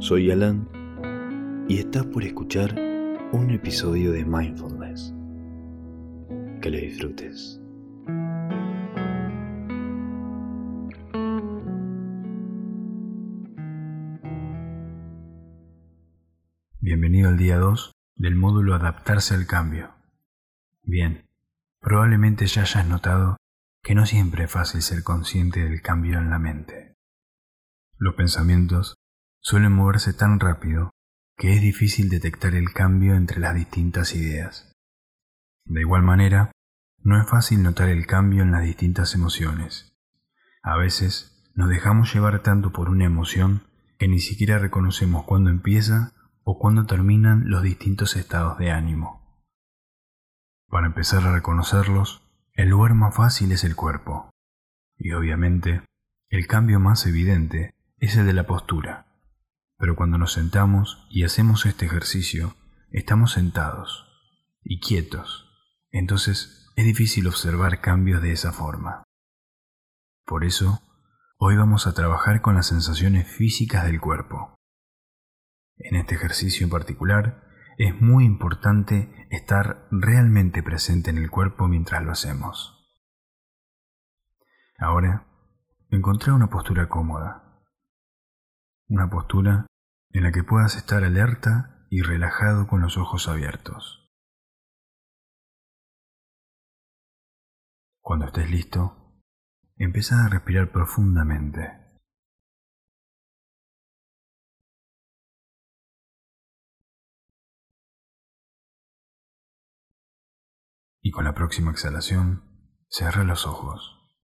Soy Alan y estás por escuchar un episodio de Mindfulness. Que lo disfrutes. Bienvenido al día 2 del módulo Adaptarse al cambio. Bien, probablemente ya hayas notado que no siempre es fácil ser consciente del cambio en la mente. Los pensamientos suelen moverse tan rápido que es difícil detectar el cambio entre las distintas ideas. De igual manera, no es fácil notar el cambio en las distintas emociones. A veces nos dejamos llevar tanto por una emoción que ni siquiera reconocemos cuándo empieza o cuándo terminan los distintos estados de ánimo. Para empezar a reconocerlos, el lugar más fácil es el cuerpo. Y obviamente, el cambio más evidente es el de la postura. Pero cuando nos sentamos y hacemos este ejercicio, estamos sentados y quietos. Entonces es difícil observar cambios de esa forma. Por eso, hoy vamos a trabajar con las sensaciones físicas del cuerpo. En este ejercicio en particular, es muy importante estar realmente presente en el cuerpo mientras lo hacemos. Ahora, encontrá una postura cómoda. Una postura en la que puedas estar alerta y relajado con los ojos abiertos. Cuando estés listo, empezá a respirar profundamente. Y con la próxima exhalación, cierra los ojos.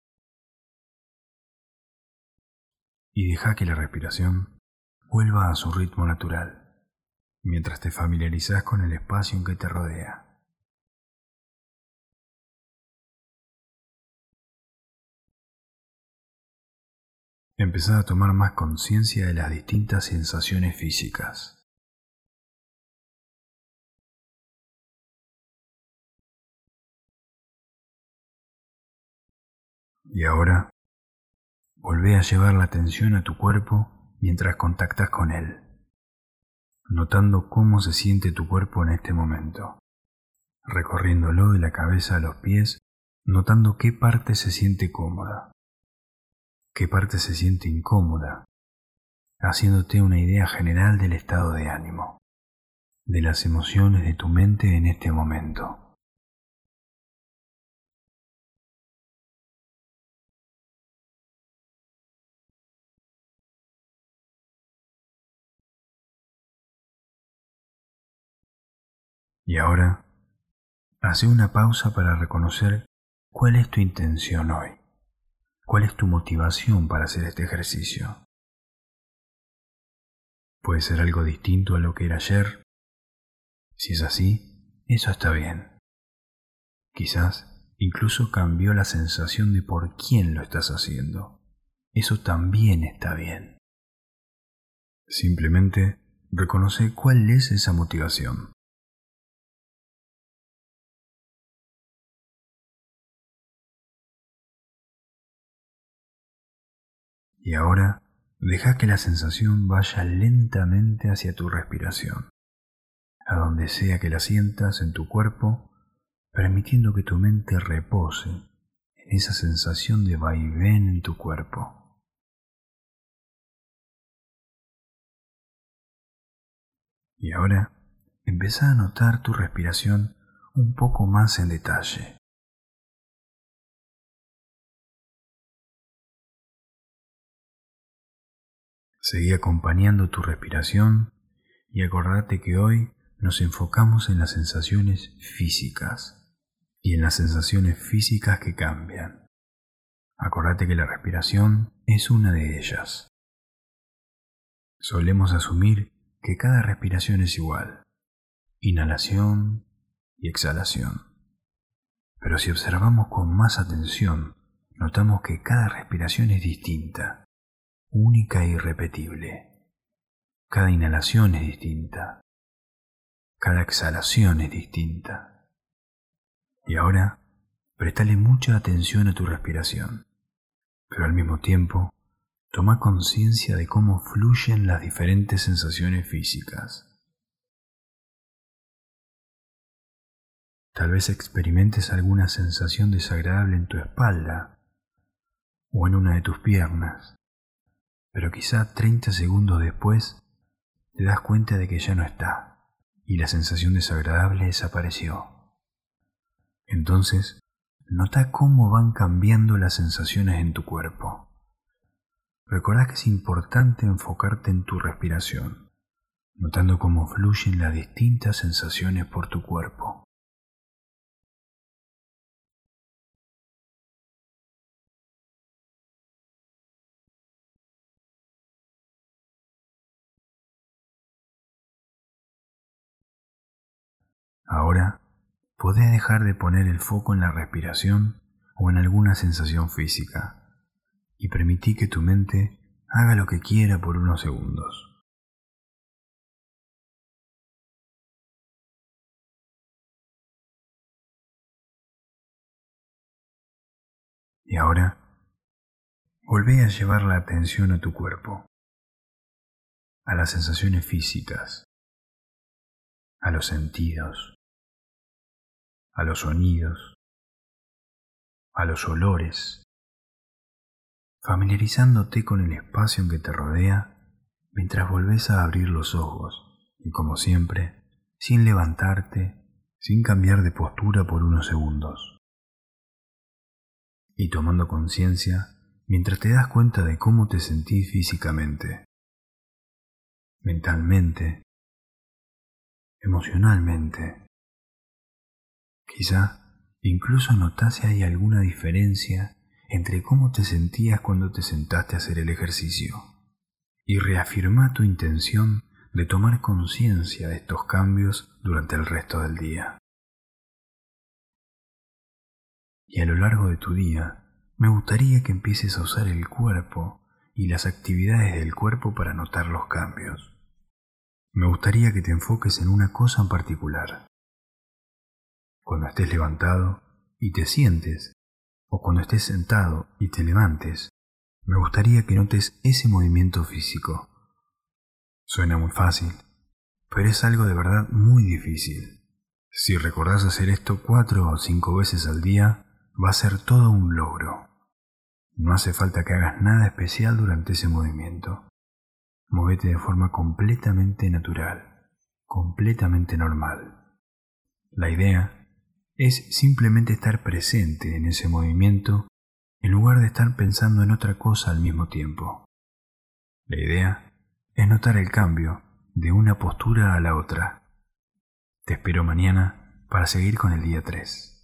Y deja que la respiración vuelva a su ritmo natural, mientras te familiarizas con el espacio en que te rodea. Empezá a tomar más conciencia de las distintas sensaciones físicas. Y ahora, volvé a llevar la atención a tu cuerpo mientras contactas con él, notando cómo se siente tu cuerpo en este momento, recorriéndolo de la cabeza a los pies, notando qué parte se siente cómoda, qué parte se siente incómoda, haciéndote una idea general del estado de ánimo, de las emociones de tu mente en este momento. Y ahora, hace una pausa para reconocer cuál es tu intención hoy, cuál es tu motivación para hacer este ejercicio. Puede ser algo distinto a lo que era ayer. Si es así, eso está bien. Quizás incluso cambió la sensación de por quién lo estás haciendo. Eso también está bien. Simplemente reconoce cuál es esa motivación. Y ahora, deja que la sensación vaya lentamente hacia tu respiración, a donde sea que la sientas en tu cuerpo, permitiendo que tu mente repose en esa sensación de vaivén en tu cuerpo. Y ahora, empezá a notar tu respiración un poco más en detalle. Seguí acompañando tu respiración y acordate que hoy nos enfocamos en las sensaciones físicas y en las sensaciones físicas que cambian. Acordate que la respiración es una de ellas. Solemos asumir que cada respiración es igual, inhalación y exhalación. Pero si observamos con más atención, notamos que cada respiración es distinta, única e irrepetible. Cada inhalación es distinta. Cada exhalación es distinta. Y ahora, prestale mucha atención a tu respiración, pero al mismo tiempo, Toma conciencia de cómo fluyen las diferentes sensaciones físicas. Tal vez experimentes alguna sensación desagradable en tu espalda o en una de tus piernas, pero quizá 30 segundos después te das cuenta de que ya no está y la sensación desagradable desapareció. Entonces, nota cómo van cambiando las sensaciones en tu cuerpo. Recordá que es importante enfocarte en tu respiración, notando cómo fluyen las distintas sensaciones por tu cuerpo. Ahora, podés dejar de poner el foco en la respiración o en alguna sensación física y permití que tu mente haga lo que quiera por unos segundos. Y ahora, volvé a llevar la atención a tu cuerpo, a las sensaciones físicas, a los sentidos, a los sonidos, a los olores, familiarizándote con el espacio en que te rodea mientras volvés a abrir los ojos y, como siempre, sin levantarte, sin cambiar de postura por unos segundos. Y tomando conciencia mientras te das cuenta de cómo te sentís físicamente, mentalmente, emocionalmente. Quizá incluso notás si hay alguna diferencia entre cómo te sentías cuando te sentaste a hacer el ejercicio. Y reafirma tu intención de tomar conciencia de estos cambios durante el resto del día. Y a lo largo de tu día, me gustaría que empieces a usar el cuerpo y las actividades del cuerpo para notar los cambios. Me gustaría que te enfoques en una cosa en particular. Cuando estés levantado y te sientes, o cuando estés sentado y te levantes, me gustaría que notes ese movimiento físico. Suena muy fácil, pero es algo de verdad muy difícil. Si recordás hacer esto 4 o 5 veces al día, va a ser todo un logro. No hace falta que hagas nada especial durante ese movimiento. Móvete de forma completamente natural, completamente normal. La idea es simplemente estar presente en ese movimiento en lugar de estar pensando en otra cosa al mismo tiempo. La idea es notar el cambio de una postura a la otra. Te espero mañana para seguir con el día 3.